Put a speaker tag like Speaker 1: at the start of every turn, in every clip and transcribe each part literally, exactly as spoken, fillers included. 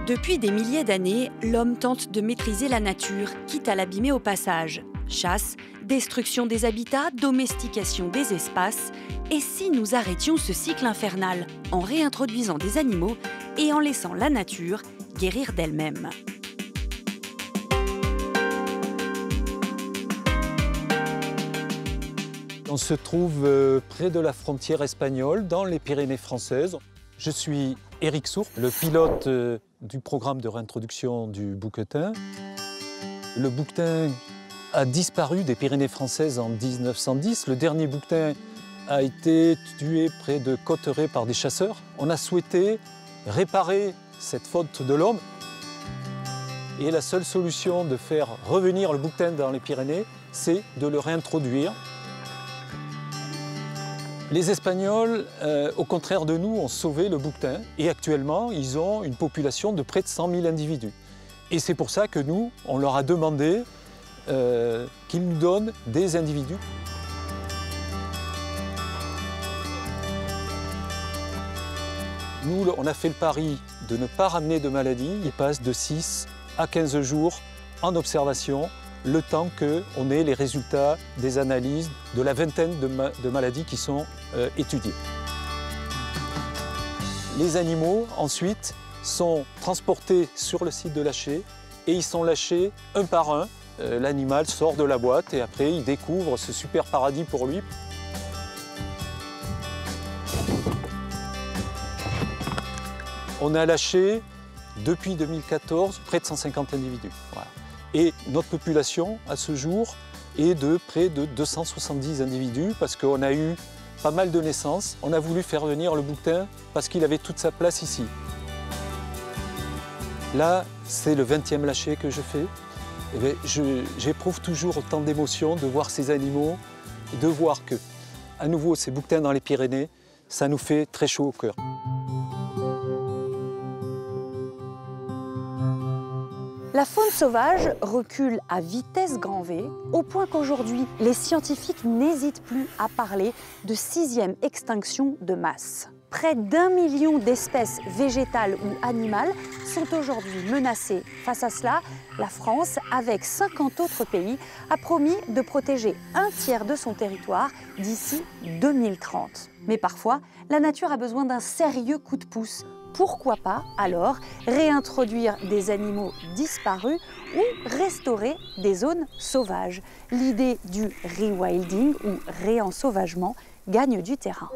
Speaker 1: Depuis des milliers d'années, l'homme tente de maîtriser la nature, quitte à l'abîmer au passage. Chasse, destruction des habitats, domestication des espaces. Et si nous arrêtions ce cycle infernal en réintroduisant des animaux et en laissant la nature guérir d'elle-même ?
Speaker 2: On se trouve près de la frontière espagnole, dans les Pyrénées françaises. Je suis Éric Sourd, le pilote du programme de réintroduction du bouquetin. Le bouquetin a disparu des Pyrénées françaises en mille neuf cent dix. Le dernier bouquetin a été tué près de Cotteret par des chasseurs. On a souhaité réparer cette faute de l'homme. Et la seule solution de faire revenir le bouquetin dans les Pyrénées, c'est de le réintroduire. Les Espagnols, euh, au contraire de nous, ont sauvé le bouquetin et actuellement, ils ont une population de près de cent mille individus. Et c'est pour ça que nous, on leur a demandé euh, qu'ils nous donnent des individus. Nous, on a fait le pari de ne pas ramener de maladies. Ils passent de six à quinze jours en observation, le temps qu'on ait les résultats des analyses de la vingtaine de, ma de maladies qui sont euh, étudiées. Les animaux, ensuite, sont transportés sur le site de lâcher et ils sont lâchés un par un. Euh, L'animal sort de la boîte et après, il découvre ce super paradis pour lui. On a lâché, depuis deux mille quatorze, près de cent cinquante individus. Voilà. Et notre population, à ce jour, est de près de deux cent soixante-dix individus parce qu'on a eu pas mal de naissances. On a voulu faire venir le bouquetin parce qu'il avait toute sa place ici. Là, c'est le vingtième lâcher que je fais. J'éprouve toujours autant d'émotions de voir ces animaux et de voir que, à nouveau, ces bouquetins dans les Pyrénées, ça nous fait très chaud au cœur.
Speaker 1: La faune sauvage recule à vitesse grand V, au point qu'aujourd'hui, les scientifiques n'hésitent plus à parler de sixième extinction de masse. Près d'un million d'espèces végétales ou animales sont aujourd'hui menacées. Face à cela, la France, avec cinquante autres pays, a promis de protéger un tiers de son territoire d'ici deux mille trente. Mais parfois, la nature a besoin d'un sérieux coup de pouce. Pourquoi pas, alors, réintroduire des animaux disparus ou restaurer des zones sauvages? L'idée du rewilding ou réensauvagement gagne du terrain.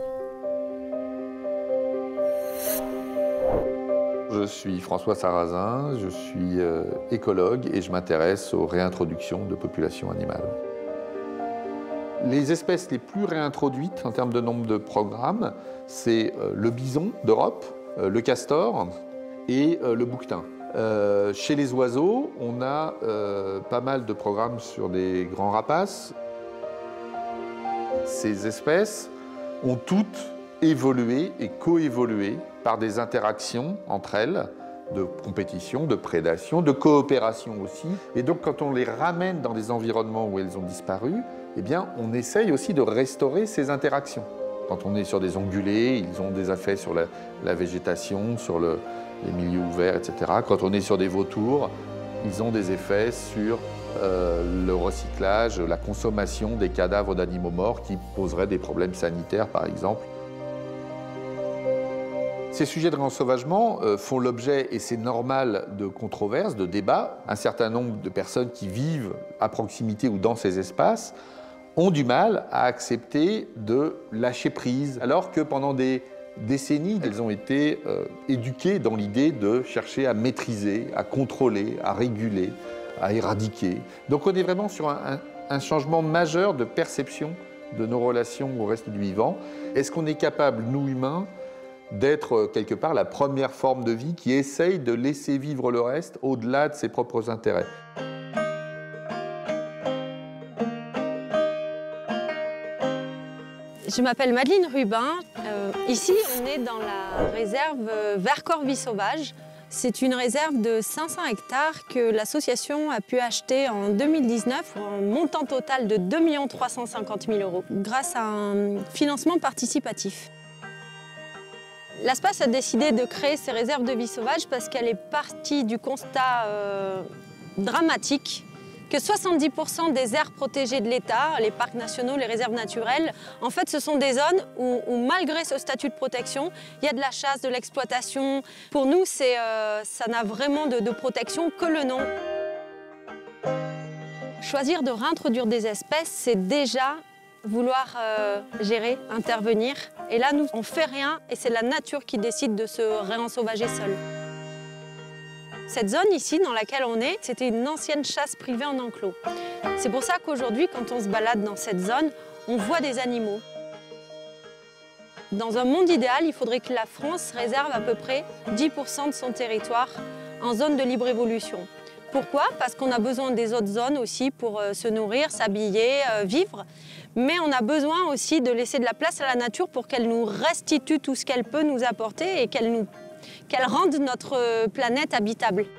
Speaker 3: Je suis François Sarrazin, je suis euh, écologue et je m'intéresse aux réintroductions de populations animales. Les espèces les plus réintroduites en termes de nombre de programmes, c'est euh, le bison d'Europe, le castor et le bouquetin. Euh, chez les oiseaux, on a euh, pas mal de programmes sur des grands rapaces. Ces espèces ont toutes évolué et coévolué par des interactions entre elles, de compétition, de prédation, de coopération aussi. Et donc, quand on les ramène dans des environnements où elles ont disparu, eh bien, on essaye aussi de restaurer ces interactions. Quand on est sur des ongulés, ils ont des effets sur la, la végétation, sur le, les milieux ouverts, et cetera. Quand on est sur des vautours, ils ont des effets sur euh, le recyclage, la consommation des cadavres d'animaux morts qui poseraient des problèmes sanitaires, par exemple. Ces sujets de réensauvagement euh, font l'objet, et c'est normal, de controverses, de débats. Un certain nombre de personnes qui vivent à proximité ou dans ces espaces ont du mal à accepter de lâcher prise, alors que pendant des décennies, elles ont été euh, éduquées dans l'idée de chercher à maîtriser, à contrôler, à réguler, à éradiquer. Donc on est vraiment sur un, un, un changement majeur de perception de nos relations au reste du vivant. Est-ce qu'on est capable, nous humains, d'être quelque part la première forme de vie qui essaye de laisser vivre le reste au-delà de ses propres intérêts?
Speaker 4: Je m'appelle Madeleine Rubin. Euh, ici, on est dans la réserve Vercors-Vie sauvage. C'est une réserve de cinq cents hectares que l'association a pu acheter en deux mille dix-neuf pour un montant total de deux millions trois cent cinquante mille euros grâce à un financement participatif. L'Aspas a décidé de créer ces réserves de vie sauvage parce qu'elle est partie du constat euh, dramatique que soixante-dix pour cent des aires protégées de l'État, les parcs nationaux, les réserves naturelles, en fait, ce sont des zones où, où malgré ce statut de protection, il y a de la chasse, de l'exploitation. Pour nous, c'est, euh, ça n'a vraiment de, de protection que le nom. Choisir de réintroduire des espèces, c'est déjà vouloir euh, gérer, intervenir. Et là, nous, on ne fait rien et c'est la nature qui décide de se réensauvager seule. Cette zone ici, dans laquelle on est, c'était une ancienne chasse privée en enclos. C'est pour ça qu'aujourd'hui, quand on se balade dans cette zone, on voit des animaux. Dans un monde idéal, il faudrait que la France réserve à peu près dix pour cent de son territoire en zone de libre évolution. Pourquoi? Parce qu'on a besoin des autres zones aussi pour euh, se nourrir, s'habiller, euh, vivre. Mais on a besoin aussi de laisser de la place à la nature pour qu'elle nous restitue tout ce qu'elle peut nous apporter et qu'elle nous, qu'elle rende notre planète habitable.